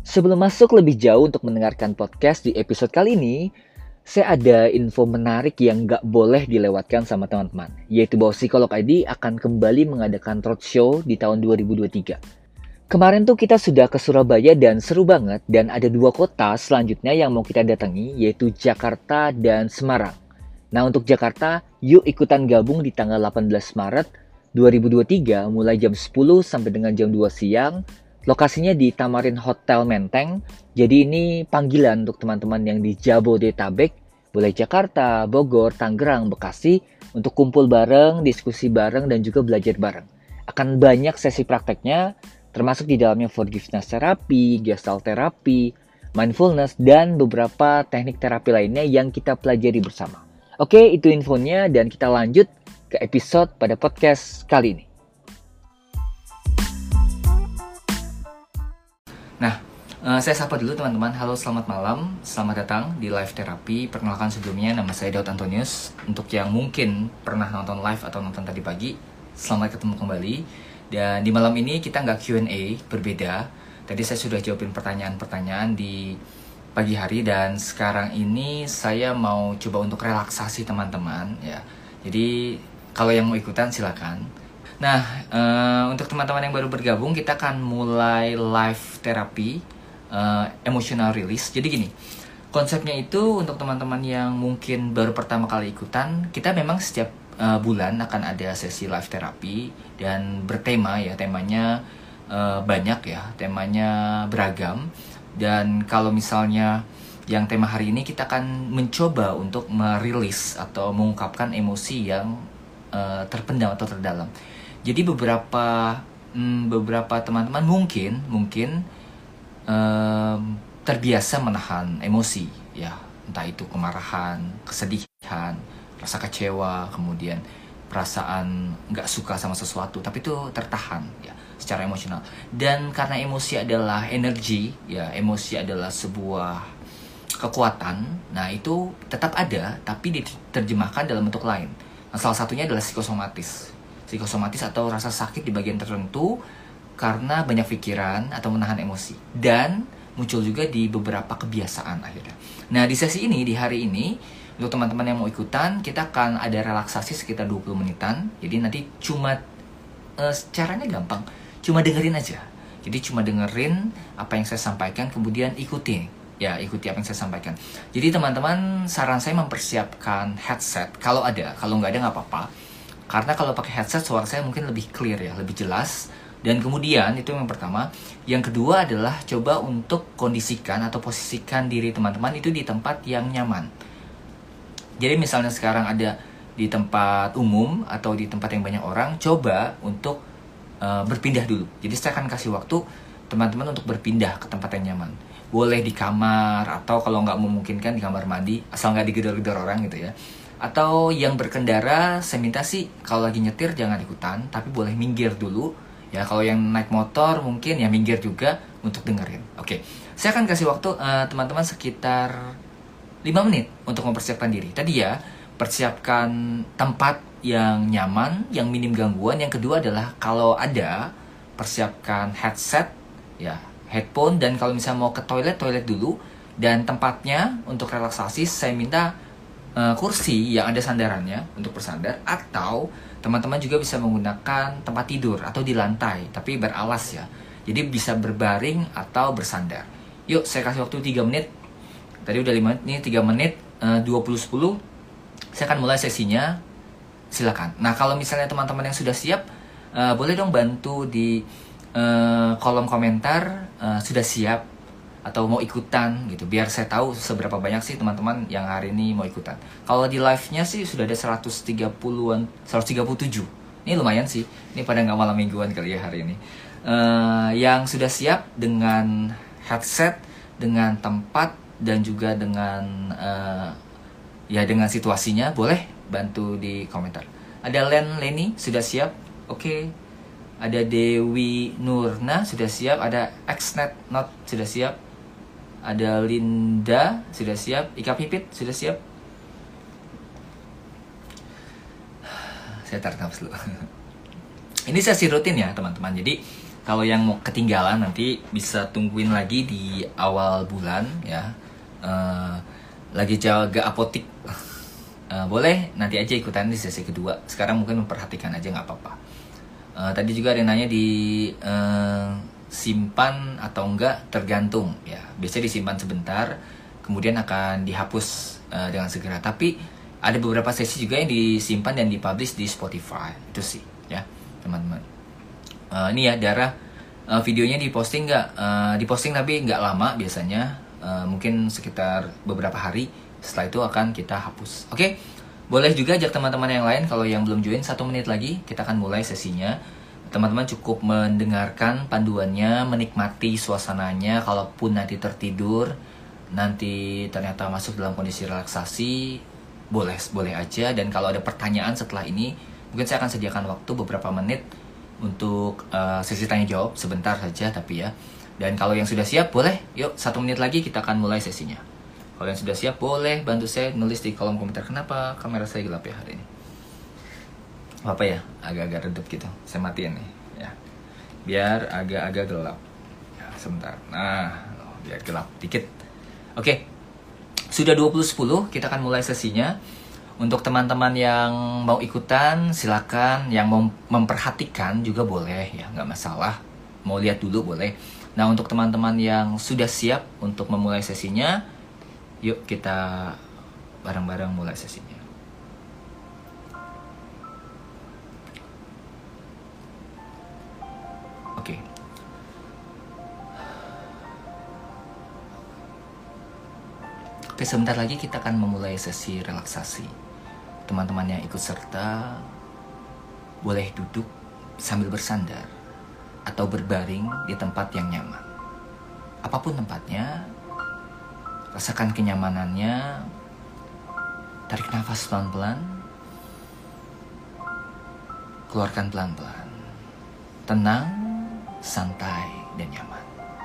Sebelum masuk lebih jauh untuk mendengarkan podcast di episode kali ini, saya ada info menarik yang nggak boleh dilewatkan sama teman-teman, yaitu bahwa Psikolog ID akan kembali mengadakan roadshow di tahun 2023. Kemarin tuh kita sudah ke Surabaya dan seru banget, dan ada 2 kota selanjutnya yang mau kita datangi, yaitu Jakarta dan Semarang. Nah, untuk Jakarta, yuk ikutan gabung di tanggal 18 Maret 2023 mulai jam 10 sampai dengan jam 2 siang. Lokasinya di Tamarin Hotel Menteng. Jadi ini panggilan untuk teman-teman yang di Jabodetabek, boleh Jakarta, Bogor, Tangerang, Bekasi, untuk kumpul bareng, diskusi bareng, dan juga belajar bareng. Akan banyak sesi prakteknya, termasuk di dalamnya forgiveness therapy, gestalt therapy, mindfulness, dan beberapa teknik terapi lainnya yang kita pelajari bersama. Oke, itu infonya dan kita lanjut ke episode pada podcast kali ini. Nah, saya sapa dulu teman-teman. Halo, selamat malam. Selamat datang di Live Therapy. Perkenalkan sebelumnya, nama saya Daud Antonius. Untuk yang mungkin pernah nonton live atau nonton tadi pagi, selamat ketemu kembali. Dan di malam ini kita nggak Q&A, berbeda. Tadi saya sudah jawabin pertanyaan-pertanyaan di pagi hari, dan sekarang ini saya mau coba untuk relaksasi teman-teman ya. Jadi kalau yang mau ikutan silakan. Nah, untuk teman-teman yang baru bergabung, kita akan mulai live terapi emotional release. Jadi gini, konsepnya itu untuk teman-teman yang mungkin baru pertama kali ikutan, kita memang setiap bulan akan ada sesi live terapi dan bertema ya, temanya banyak ya, temanya beragam. Dan kalau misalnya yang tema hari ini, kita akan mencoba untuk merilis atau mengungkapkan emosi yang terpendam atau terdalam. Jadi beberapa teman-teman mungkin terbiasa menahan emosi ya, entah itu kemarahan, kesedihan, rasa kecewa, kemudian perasaan nggak suka sama sesuatu, tapi itu tertahan ya secara emosional. Dan karena emosi adalah energi ya, emosi adalah sebuah kekuatan. Nah, itu tetap ada tapi diterjemahkan dalam bentuk lain. Nah, salah satunya adalah psikosomatis atau rasa sakit di bagian tertentu karena banyak pikiran atau menahan emosi, dan muncul juga di beberapa kebiasaan akhirnya. Nah, di sesi ini, di hari ini, untuk teman-teman yang mau ikutan, kita akan ada relaksasi sekitar 20 menitan. Jadi nanti cuma caranya gampang, cuma dengerin aja. Jadi cuma dengerin apa yang saya sampaikan, kemudian ikuti apa yang saya sampaikan. Jadi teman-teman, saran saya mempersiapkan headset kalau ada. Kalau nggak ada nggak apa-apa, karena kalau pakai headset suara saya mungkin lebih clear ya, lebih jelas. Dan kemudian itu yang pertama. Yang kedua adalah coba untuk kondisikan atau posisikan diri teman-teman itu di tempat yang nyaman. Jadi misalnya sekarang ada di tempat umum atau di tempat yang banyak orang, coba untuk berpindah dulu. Jadi saya akan kasih waktu teman-teman untuk berpindah ke tempat yang nyaman. Boleh di kamar, atau kalau nggak memungkinkan di kamar mandi, asal nggak digedor-gedor orang gitu ya. Atau yang berkendara, saya minta sih kalau lagi nyetir jangan ikutan, tapi boleh minggir dulu ya. Kalau yang naik motor mungkin ya minggir juga untuk dengerin. Oke, saya akan kasih waktu teman-teman sekitar 5 menit untuk mempersiapkan diri. Tadi ya, persiapkan tempat yang nyaman, yang minim gangguan. Yang kedua adalah kalau ada, persiapkan headset ya, headphone. Dan kalau misalnya mau ke toilet dulu. Dan tempatnya untuk relaksasi saya minta kursi yang ada sandarannya untuk bersandar, atau teman-teman juga bisa menggunakan tempat tidur atau di lantai tapi beralas ya. Jadi bisa berbaring atau bersandar. Yuk, saya kasih waktu 3 menit. Tadi udah 5 menit, nih 3 menit, 20-10. Saya akan mulai sesinya. Silakan. Nah, kalau misalnya teman-teman yang sudah siap, boleh dong bantu di kolom komentar sudah siap atau mau ikutan gitu, biar saya tahu seberapa banyak sih teman-teman yang hari ini mau ikutan. Kalau di live-nya sih sudah ada 130-an, 137. Ini lumayan sih. Ini pada nggak malam mingguan kali ya hari ini. Yang sudah siap dengan headset, dengan tempat, dan juga dengan dengan situasinya, boleh bantu di komentar. Ada Leni sudah siap. Oke. Ada Dewi Nurna sudah siap. Ada Xnet Not sudah siap. Ada Linda sudah siap. Ika Pipit sudah siap. Saya tarik nafas dulu. Ini sesi rutin ya teman-teman. Jadi Kalau yang mau ketinggalan nanti bisa tungguin lagi di awal bulan ya. Lagi jaga apotik. Boleh nanti aja ikutan di sesi kedua. Sekarang mungkin memperhatikan aja nggak apa-apa. Tadi juga ada yang nanya di simpan atau enggak, tergantung ya. Biasanya disimpan sebentar, kemudian akan dihapus dengan segera. Tapi ada beberapa sesi juga yang disimpan dan dipublish di Spotify. Itu sih ya teman-teman. Ini ya Dara, videonya diposting nggak? Diposting tapi nggak lama biasanya, mungkin sekitar beberapa hari. Setelah itu akan kita hapus. Oke, boleh juga ajak teman-teman yang lain. Kalau yang belum join, 1 menit lagi kita akan mulai sesinya. Teman-teman cukup mendengarkan panduannya, menikmati suasananya. Kalaupun nanti tertidur, nanti ternyata masuk dalam kondisi relaksasi, boleh aja. Dan kalau ada pertanyaan setelah ini, mungkin saya akan sediakan waktu beberapa menit untuk sesi tanya jawab sebentar saja tapi ya. Dan kalau yang sudah siap boleh, yuk 1 menit lagi kita akan mulai sesinya. Kalau yang sudah siap boleh bantu saya nulis di kolom komentar. Kenapa kamera saya gelap ya hari ini? Apa ya, agak-agak redup gitu. Saya matiin nih ya, biar agak-agak gelap ya, sebentar. Nah, biar gelap dikit. Oke, sudah 20.10 kita akan mulai sesinya. Untuk teman-teman yang mau ikutan silakan, yang mau memperhatikan juga boleh ya, nggak masalah. Mau lihat dulu boleh. Nah, untuk teman-teman yang sudah siap untuk memulai sesinya, yuk kita bareng-bareng mulai sesinya. Oke. Oke, sebentar lagi kita akan memulai sesi relaksasi. Teman-teman yang ikut serta boleh duduk sambil bersandar atau berbaring di tempat yang nyaman. Apapun tempatnya, rasakan kenyamanannya. Tarik nafas pelan-pelan, keluarkan pelan-pelan. Tenang, santai, dan nyaman.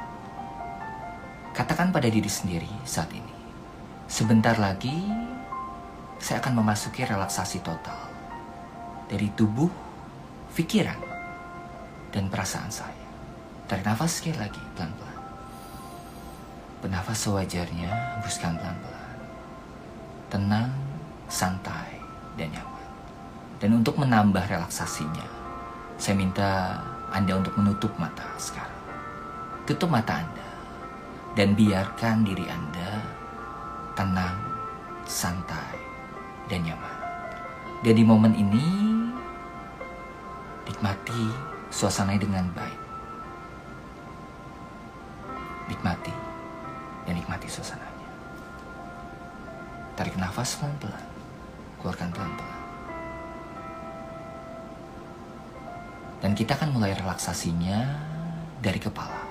Katakan pada diri sendiri saat ini, sebentar lagi saya akan memasuki relaksasi total dari tubuh, pikiran, dan perasaan saya. Tarik nafas sekali lagi, pelan-pelan. Bernafas sewajarnya, hembuskan pelan-pelan. Tenang, santai, dan nyaman. Dan untuk menambah relaksasinya, saya minta Anda untuk menutup mata sekarang. Tutup mata Anda, dan biarkan diri Anda tenang, santai, dan nyaman. Dan di momen ini nikmati suasananya dengan baik. Nikmati dan nikmati suasananya. Tarik nafas pelan-pelan, keluarkan pelan-pelan. Dan kita akan mulai relaksasinya dari kepala.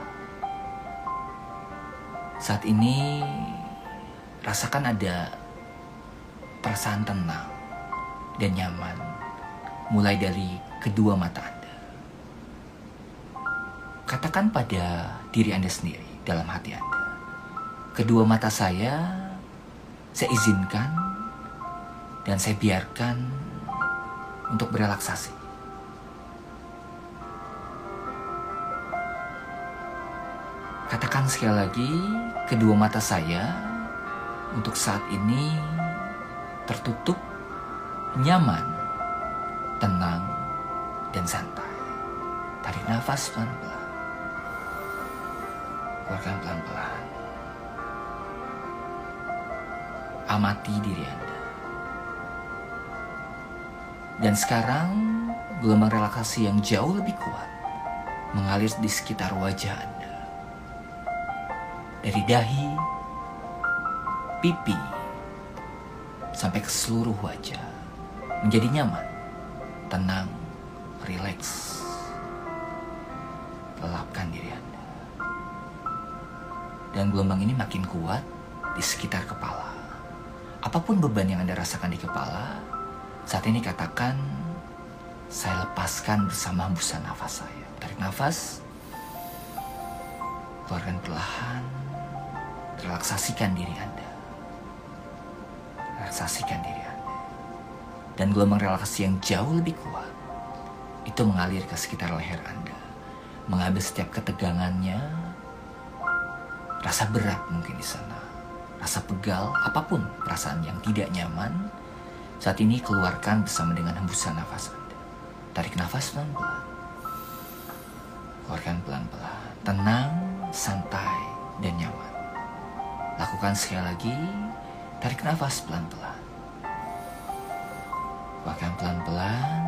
Saat ini rasakan ada perasaan tenang dan nyaman mulai dari kedua mata Anda. Katakan pada diri Anda sendiri dalam hati Anda, kedua mata saya izinkan dan saya biarkan untuk berelaksasi. Katakan sekali lagi, kedua mata saya untuk saat ini tertutup, nyaman, tenang, dan santai. Tarik nafas pelan-pelan, keluarkan pelan-pelan. Amati diri Anda. Dan sekarang gelombang relaksasi yang jauh lebih kuat mengalir di sekitar wajah Anda. Dari dahi, pipi, sampai ke seluruh wajah. Menjadi nyaman, tenang, rileks. Lelapkan diri Anda. Dan gelombang ini makin kuat di sekitar kepala. Apapun beban yang Anda rasakan di kepala, saat ini katakan, saya lepaskan bersama hembusan nafas saya. Tarik nafas, keluarkan perlahan, relaksasikan diri Anda. Relaksasikan diri Anda. Dan gelombang relaksasi yang jauh lebih kuat itu mengalir ke sekitar leher Anda. mengambil setiap ketegangannya, rasa berat mungkin di sana, rasa pegal, apapun perasaan yang tidak nyaman, saat ini keluarkan bersama dengan hembusan nafas Anda. Tarik nafas pelan-pelan, keluarkan pelan-pelan, tenang, santai, dan nyaman. Lakukan sekali lagi, tarik nafas pelan-pelan, keluarkan pelan-pelan.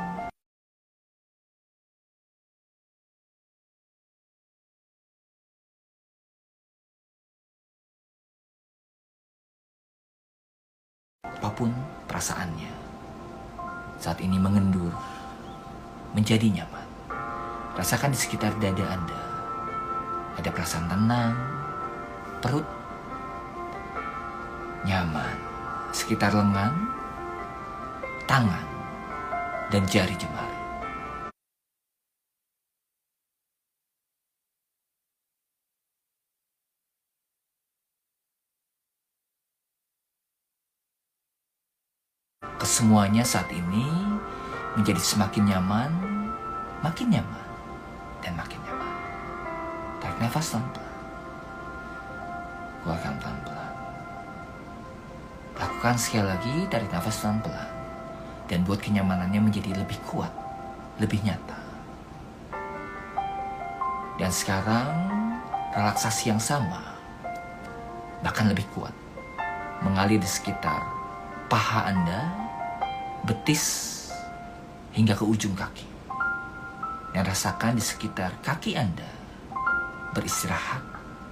Apapun perasaannya, saat ini mengendur, menjadi nyaman. Rasakan di sekitar dada Anda, ada perasaan tenang, perut nyaman, sekitar lengan, tangan, dan jari jemari. Kesemuanya saat ini menjadi semakin nyaman, dan makin nyaman. Tarik nafas pelan-pelan, keluarkan pelan-pelan. Lakukan sekali lagi, tarik nafas pelan-pelan, dan buat kenyamanannya menjadi lebih kuat, lebih nyata. Dan sekarang relaksasi yang sama, bahkan lebih kuat, mengalir di sekitar paha Anda, betis, hingga ke ujung kaki. Dan rasakan di sekitar kaki Anda beristirahat,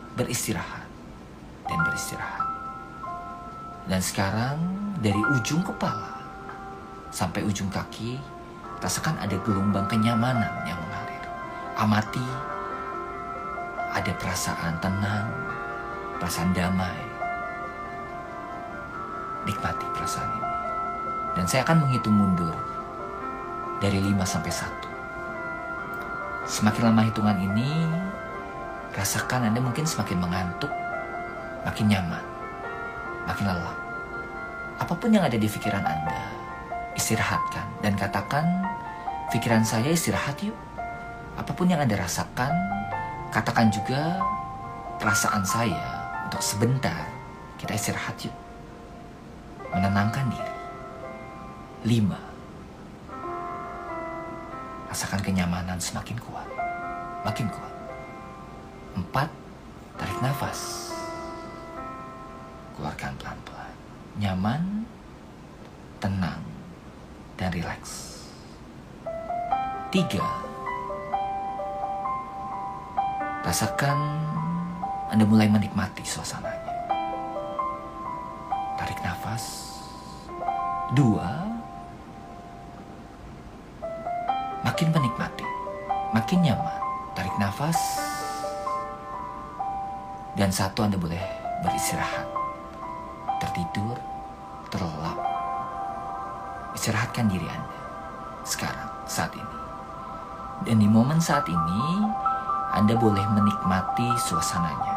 dan beristirahat. Dan sekarang dari ujung kepala sampai ujung kaki, rasakan ada gelombang kenyamanan yang mengalir. Amati, ada perasaan tenang, perasaan damai. Nikmati perasaan ini. Dan saya akan menghitung mundur dari 5 sampai 1. Semakin lama hitungan ini, rasakan Anda mungkin semakin mengantuk, makin nyaman, makin lelah. Apapun yang ada di pikiran Anda, istirahatkan dan katakan, pikiran saya istirahat yuk. Apapun yang Anda rasakan, katakan juga perasaan saya untuk sebentar kita istirahat yuk. Menenangkan diri. 5. Rasakan kenyamanan semakin kuat, makin kuat. 4. Tarik nafas, keluarkan pelan-pelan. Nyaman, tenang, dan rileks. 3. Rasakan Anda mulai menikmati suasananya. Tarik nafas. 2. Makin menikmati, makin nyaman. Tarik nafas. Dan 1, Anda boleh beristirahat, tertidur, terlelap. Istirahatkan diri Anda sekarang, saat ini. Dan di momen saat ini, Anda boleh menikmati suasananya.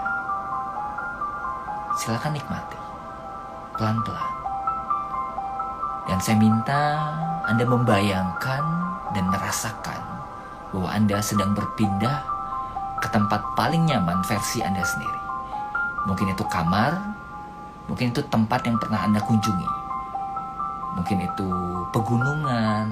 Silakan nikmati, pelan-pelan. Dan saya minta Anda membayangkan dan merasakan bahwa Anda sedang berpindah ke tempat paling nyaman versi Anda sendiri. Mungkin itu kamar, mungkin itu tempat yang pernah Anda kunjungi. Mungkin itu pegunungan,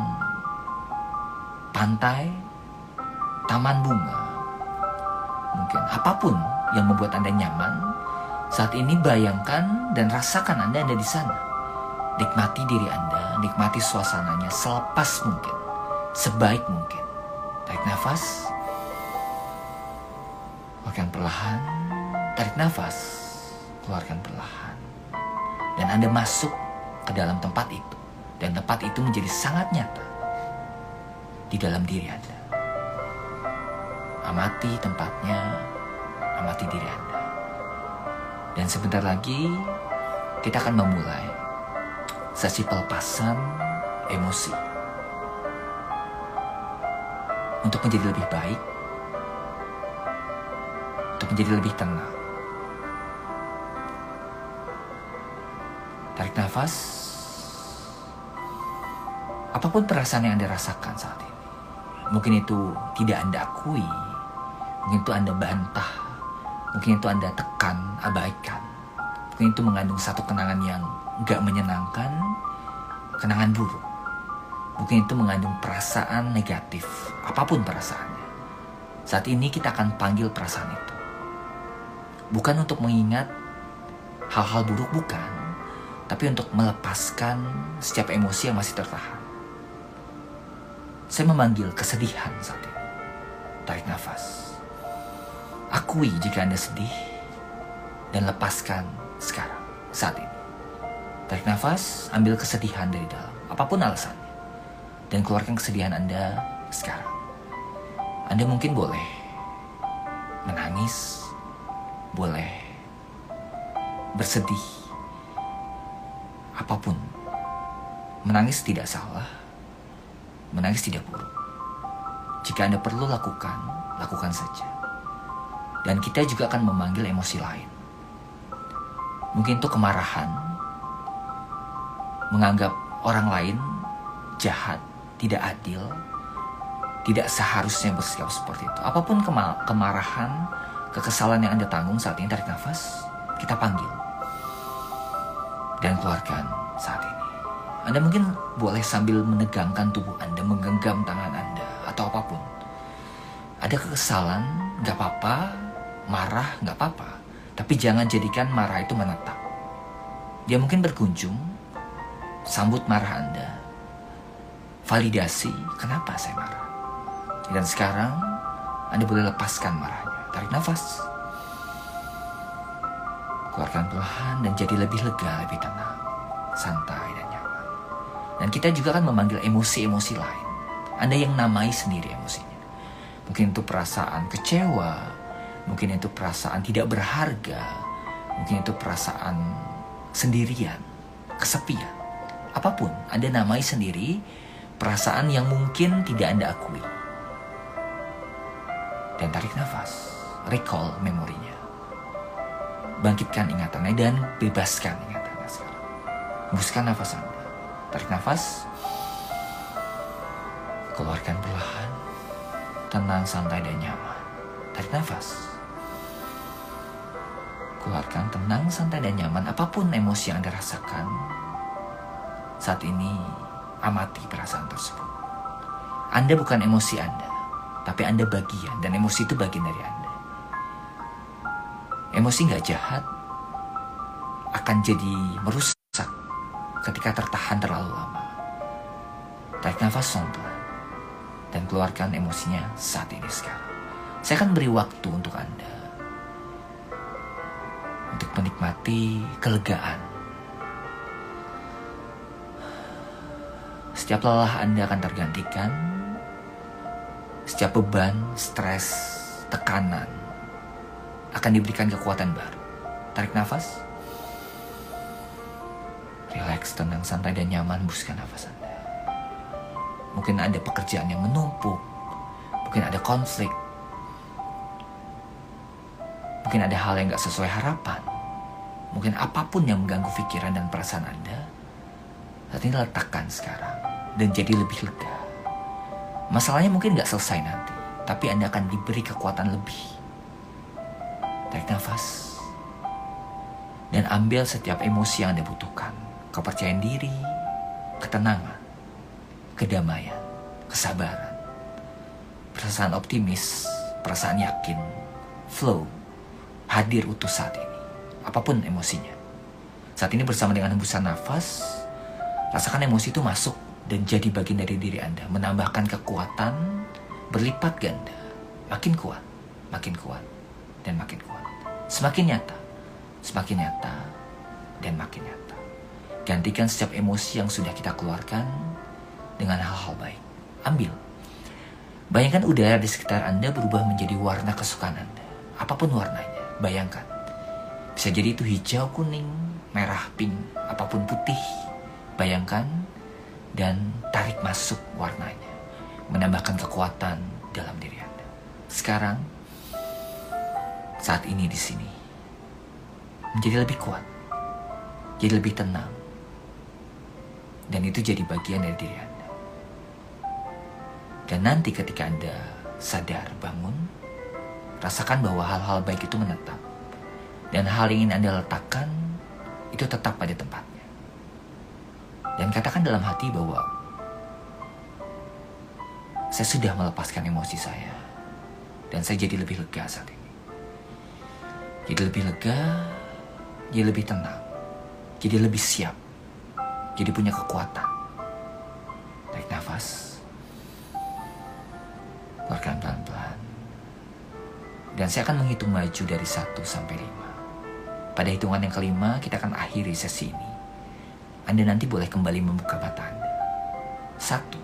pantai, taman bunga. Mungkin apapun yang membuat Anda nyaman, saat ini bayangkan dan rasakan Anda ada di sana. Nikmati diri Anda, nikmati suasananya selepas mungkin, sebaik mungkin. Tarik nafas, keluarkan perlahan, tarik nafas, keluarkan perlahan. Dan Anda masuk ke dalam tempat itu, dan tempat itu menjadi sangat nyata di dalam diri Anda. Amati tempatnya, amati diri Anda. Dan sebentar lagi kita akan memulai sesi pelepasan emosi untuk menjadi lebih baik, untuk menjadi lebih tenang. Tarik nafas. Apapun perasaan yang Anda rasakan saat ini, Mungkin itu tidak Anda akui, mungkin itu Anda bantah, mungkin itu Anda tekan, abaikan. Mungkin itu mengandung satu kenangan yang gak menyenangkan, kenangan buruk. Mungkin itu mengandung perasaan negatif, apapun perasaannya. Saat ini kita akan panggil perasaan itu. Bukan untuk mengingat hal-hal buruk, bukan. Tapi untuk melepaskan setiap emosi yang masih tertahan. Saya memanggil kesedihan saat ini. Tarik nafas. Akui jika Anda sedih. Dan lepaskan sekarang, saat ini. Tarik nafas, ambil kesedihan dari dalam. Apapun alasannya. Dan keluarkan kesedihan Anda sekarang. Anda mungkin boleh menangis. Boleh bersedih. Apapun. Menangis tidak salah. Menangis tidak buruk. Jika Anda perlu lakukan, lakukan saja. Dan kita juga akan memanggil emosi lain. Mungkin itu kemarahan. Menganggap orang lain jahat, tidak adil, tidak seharusnya bersikap seperti itu. Apapun kemarahan, kekesalan yang Anda tanggung saat ini, tarik nafas, kita panggil. Dan keluarkan saat ini. Anda mungkin boleh sambil menegangkan tubuh Anda, menggenggam tangan Anda, atau apapun. Ada kekesalan, gak apa-apa. Marah, gak apa-apa. Tapi jangan jadikan marah itu menetap. Dia mungkin berkunjung, sambut marah Anda. Validasi, kenapa saya marah. Dan sekarang, Anda boleh lepaskan marahnya. Tarik nafas. Keluarkan perlahan dan jadi lebih lega, lebih tenang. Santai dan nyaman. Dan kita juga akan memanggil emosi-emosi lain. Anda yang namai sendiri emosinya. Mungkin itu perasaan kecewa. Mungkin itu perasaan tidak berharga. Mungkin itu perasaan sendirian. Kesepian. Apapun, Anda namai sendiri perasaan yang mungkin tidak Anda akui. Dan tarik nafas. Recall memorinya. Bangkitkan ingatannya dan bebaskan ingatannya sekarang. Hembuskan nafas Anda. Tarik nafas. Keluarkan perlahan. Tenang, santai, dan nyaman. Tarik nafas. Keluarkan tenang, santai, dan nyaman. Apapun emosi yang Anda rasakan saat ini, amati perasaan tersebut. Anda bukan emosi Anda, tapi Anda bagian. Dan emosi itu bagian dari Anda. Emosi gak jahat akan jadi merusak ketika tertahan terlalu lama. Tarik nafas pelan dan keluarkan emosinya saat ini sekarang. Saya akan beri waktu untuk Anda untuk menikmati kelegaan. Setiap lelah Anda akan tergantikan. Setiap beban, stres, tekanan akan diberikan kekuatan baru. Tarik nafas. Relax, tenang, santai, dan nyaman. Hembuskan nafas Anda. Mungkin ada pekerjaan yang menumpuk. Mungkin ada konflik. Mungkin ada hal yang gak sesuai harapan. Mungkin apapun yang mengganggu pikiran dan perasaan Anda, saat ini letakkan sekarang. Dan jadi lebih lega. Masalahnya mungkin gak selesai nanti, tapi Anda akan diberi kekuatan lebih. Tarik nafas. Dan ambil setiap emosi yang Anda butuhkan. Kepercayaan diri, ketenangan, kedamaian, kesabaran, perasaan optimis, perasaan yakin, flow, hadir utuh saat ini. Apapun emosinya. Saat ini bersama dengan hembusan nafas, rasakan emosi itu masuk dan jadi bagian dari diri Anda. Menambahkan kekuatan berlipat ganda. Makin kuat, dan makin kuat. Semakin nyata, dan makin nyata. Gantikan setiap emosi yang sudah kita keluarkan dengan hal-hal baik. Ambil. Bayangkan udara di sekitar Anda berubah menjadi warna kesukaan Anda. Apapun warnanya, bayangkan. Bisa jadi itu hijau, kuning, merah, pink, apapun putih. Bayangkan dan tarik masuk warnanya. Menambahkan kekuatan dalam diri Anda. Sekarang, saat ini di sini, menjadi lebih kuat, jadi lebih tenang. Dan itu jadi bagian dari diri Anda. Dan nanti ketika Anda sadar bangun, rasakan bahwa hal-hal baik itu menetap. Dan hal yang ingin Anda letakkan itu tetap pada tempatnya. Dan katakan dalam hati bahwa saya sudah melepaskan emosi saya. Dan saya jadi lebih lega saat ini. Jadi lebih lega, jadi lebih tenang, jadi lebih siap, jadi punya kekuatan. Tarik nafas, keluarkan pelan-pelan. Dan saya akan menghitung maju dari 1 sampai 5. Pada hitungan yang kelima, kita akan akhiri sesi ini. Anda nanti boleh kembali membuka mata Anda. 1.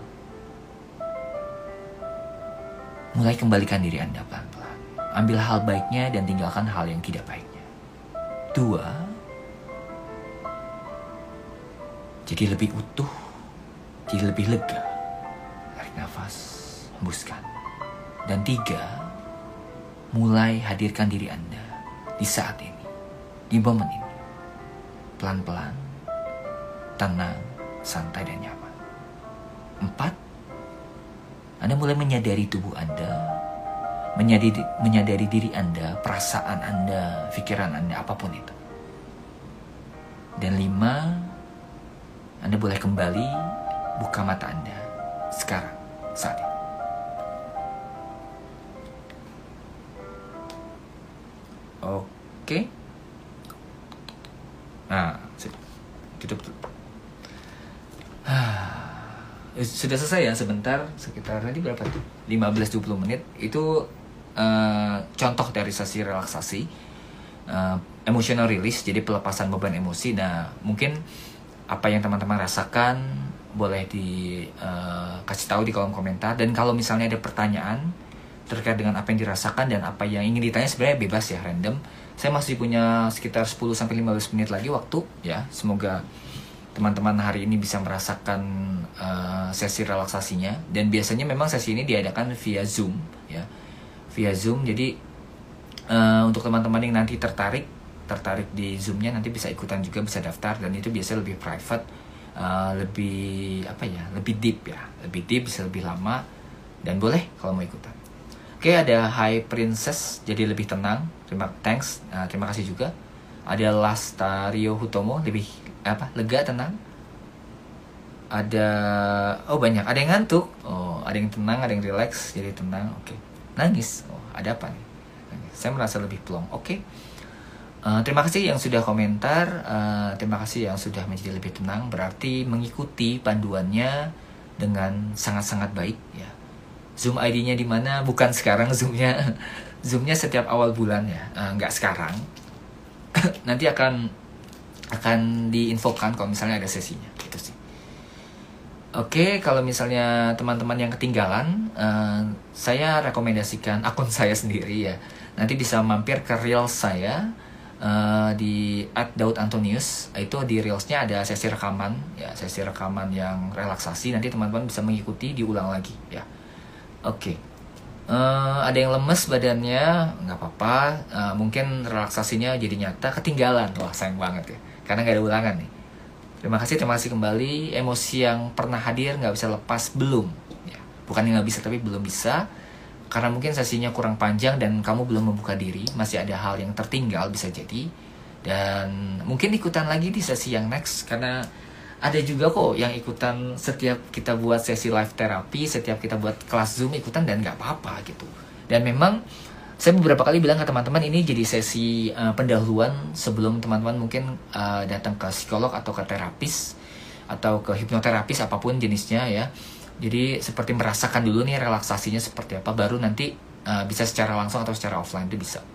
Mulai kembalikan diri Anda pelan-pelan. Ambil hal baiknya dan tinggalkan hal yang tidak baiknya. 2. Jadi lebih utuh, jadi lebih lega. Tarik nafas, hembuskan. Dan 3. Mulai hadirkan diri Anda di saat ini, di momen ini. Pelan-pelan, tenang, santai dan nyaman. 4. Anda mulai menyadari tubuh Anda, menyadari diri Anda, perasaan Anda, pikiran Anda, apapun itu. Dan 5, Anda boleh kembali buka mata Anda sekarang, saat ini. Oke. Nah, tutup. Sudah selesai ya sebentar, sekitar tadi berapa tuh? 15-20 menit. Itu contoh dari sesi relaksasi, emotional release, jadi pelepasan beban emosi. Nah, mungkin apa yang teman-teman rasakan boleh dikasih tahu di kolom komentar. Dan kalau misalnya ada pertanyaan terkait dengan apa yang dirasakan dan apa yang ingin ditanya, sebenarnya bebas ya, random. Saya masih punya sekitar 10-15 menit lagi waktu ya. Semoga teman-teman hari ini bisa merasakan sesi relaksasinya. Dan biasanya memang sesi ini diadakan via Zoom ya, via Zoom. Jadi untuk teman-teman yang nanti tertarik di Zoom-nya, nanti bisa ikutan juga, bisa daftar. Dan itu biasanya lebih private, lebih deep ya, lebih deep, bisa lebih lama. Dan boleh kalau mau ikutan. Oke, ada Hi Princess, jadi lebih tenang. Terima kasih juga. Ada Lastario Hutomo, lebih lega, tenang. Ada banyak, ada yang ngantuk, ada yang tenang, ada yang relax, jadi tenang. Oke. Nangis, ada apa nih? Saya merasa lebih plong. Oke. Terima kasih yang sudah komentar, terima kasih yang sudah menjadi lebih tenang. Berarti mengikuti panduannya dengan sangat-sangat baik ya. Zoom ID-nya di mana? Bukan sekarang Zoom-nya setiap awal bulan ya. Nggak sekarang. Nanti akan diinfokan kalau misalnya ada sesinya gitu sih. Oke, kalau misalnya teman-teman yang ketinggalan, saya rekomendasikan akun saya sendiri ya. Nanti bisa mampir ke Reels saya di @daudantonius. Itu di Reels-nya ada sesi rekaman ya, sesi rekaman yang relaksasi. Nanti teman-teman bisa mengikuti, diulang lagi ya. Oke. Ada yang lemes badannya, nggak apa-apa. Mungkin relaksasinya jadi nyata, ketinggalan. Wah, sayang banget ya, karena nggak ada ulangan nih. Terima kasih kembali. Emosi yang pernah hadir nggak bisa lepas, belum ya. Bukan yang nggak bisa, tapi belum bisa. Karena mungkin sesinya kurang panjang dan kamu belum membuka diri. Masih ada hal yang tertinggal, bisa jadi. Dan mungkin ikutan lagi di sesi yang next. Karena ada juga kok yang ikutan setiap kita buat sesi live terapi, setiap kita buat kelas Zoom ikutan, dan nggak apa-apa gitu. Dan memang saya beberapa kali bilang ke teman-teman, ini jadi sesi pendahuluan sebelum teman-teman mungkin datang ke psikolog atau ke terapis atau ke hipnoterapis, apapun jenisnya ya. Jadi seperti merasakan dulu nih relaksasinya seperti apa, baru nanti bisa secara langsung atau secara offline itu bisa.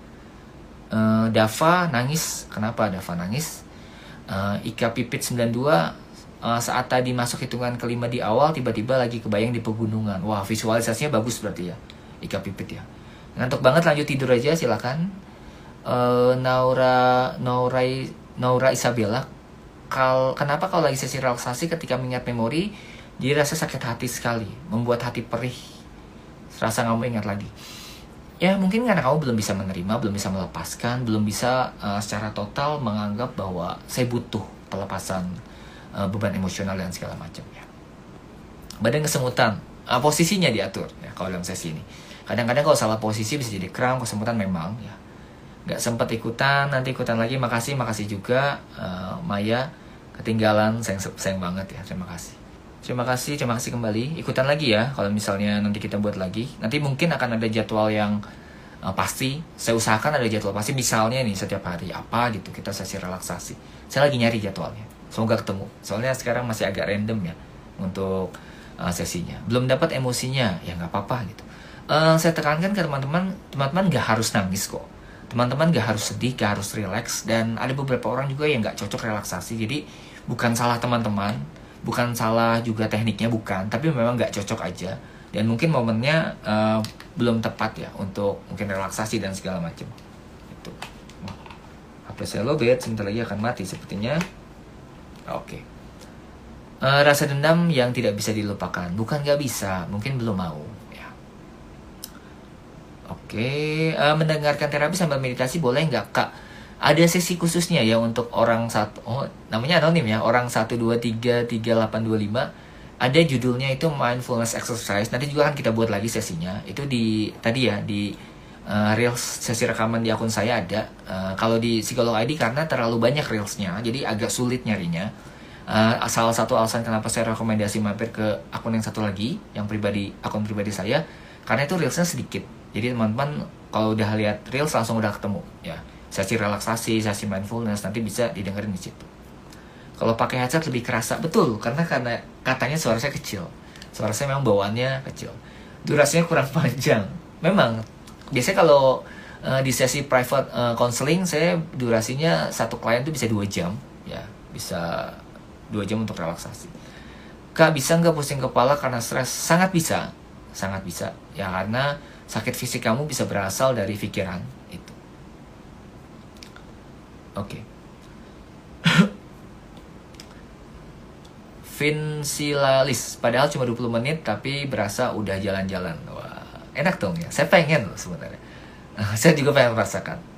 Dava nangis, kenapa Dava nangis? Ika Pipit 92, saat tadi masuk hitungan kelima di awal, tiba-tiba lagi kebayang di pegunungan. Wah, visualisasinya bagus berarti ya, Ika Pipit ya. Ngantuk banget, lanjut tidur aja, silakan. Naura Isabella, kenapa kalau lagi sesi relaksasi ketika mengingat memori, dia rasa sakit hati sekali, membuat hati perih, rasa nggak mau ingat lagi. Ya mungkin karena kamu belum bisa menerima, belum bisa melepaskan, belum bisa secara total menganggap bahwa saya butuh pelepasan beban emosional dan segala macam ya. Badan kesemutan, posisinya diatur ya kalau dalam sesi ini. Kadang-kadang kalau salah posisi bisa jadi kram, kesemutan memang ya. Nggak sempat ikutan, nanti ikutan lagi. Makasih juga Maya, ketinggalan, sayang banget ya. Terima kasih kembali. Ikutan lagi ya kalau misalnya nanti kita buat lagi. Nanti mungkin akan ada jadwal yang pasti. Saya usahakan ada jadwal pasti, misalnya nih setiap hari apa gitu kita sesi relaksasi. Saya lagi nyari jadwalnya, semoga ketemu. Soalnya sekarang masih agak random ya untuk sesinya. Belum dapat emosinya, ya nggak apa-apa gitu. Saya tekankan ke teman-teman nggak harus nangis kok. Teman-teman gak harus sedih, gak harus relax. Dan ada beberapa orang juga yang gak cocok relaksasi. Jadi bukan salah teman-teman, bukan salah juga tekniknya, bukan. Tapi memang gak cocok aja. Dan mungkin momennya belum tepat ya untuk mungkin relaksasi dan segala macam. Itu. HP saya lowbat, sebentar lagi akan mati sepertinya. Oke. Rasa dendam yang tidak bisa dilupakan. Bukan gak bisa, mungkin belum mau. Oke, mendengarkan terapi sambil meditasi boleh nggak, Kak? Ada sesi khususnya ya untuk orang satu, namanya anonim ya, orang 1233825. Ada judulnya itu mindfulness exercise. Nanti juga kan kita buat lagi sesinya. Itu di tadi ya di reels sesi rekaman di akun saya ada. Kalau di Psikolog ID karena terlalu banyak reelsnya, jadi agak sulit nyarinya. Salah satu alasan kenapa saya rekomendasi mampir ke akun yang satu lagi, yang akun pribadi saya, karena itu reelsnya sedikit. Jadi teman-teman kalau udah lihat reels langsung udah ketemu ya. Sesi relaksasi, sesi mindfulness nanti bisa didengerin di situ. Kalau pakai headset lebih kerasa, betul, karena katanya suara saya kecil. Suara saya memang bawaannya kecil. Durasinya kurang panjang. Memang biasanya kalau di sesi private counseling saya durasinya satu klien tuh bisa 2 jam ya, bisa 2 jam untuk relaksasi. Kak, bisa nggak pusing kepala karena stres? Sangat bisa ya, karena sakit fisik kamu bisa berasal dari pikiran itu. Oke. Vincilalis, padahal cuma 20 menit tapi berasa udah jalan-jalan. Wah, enak dong ya. Saya pengen loh sebenarnya. Saya juga pengen merasakan.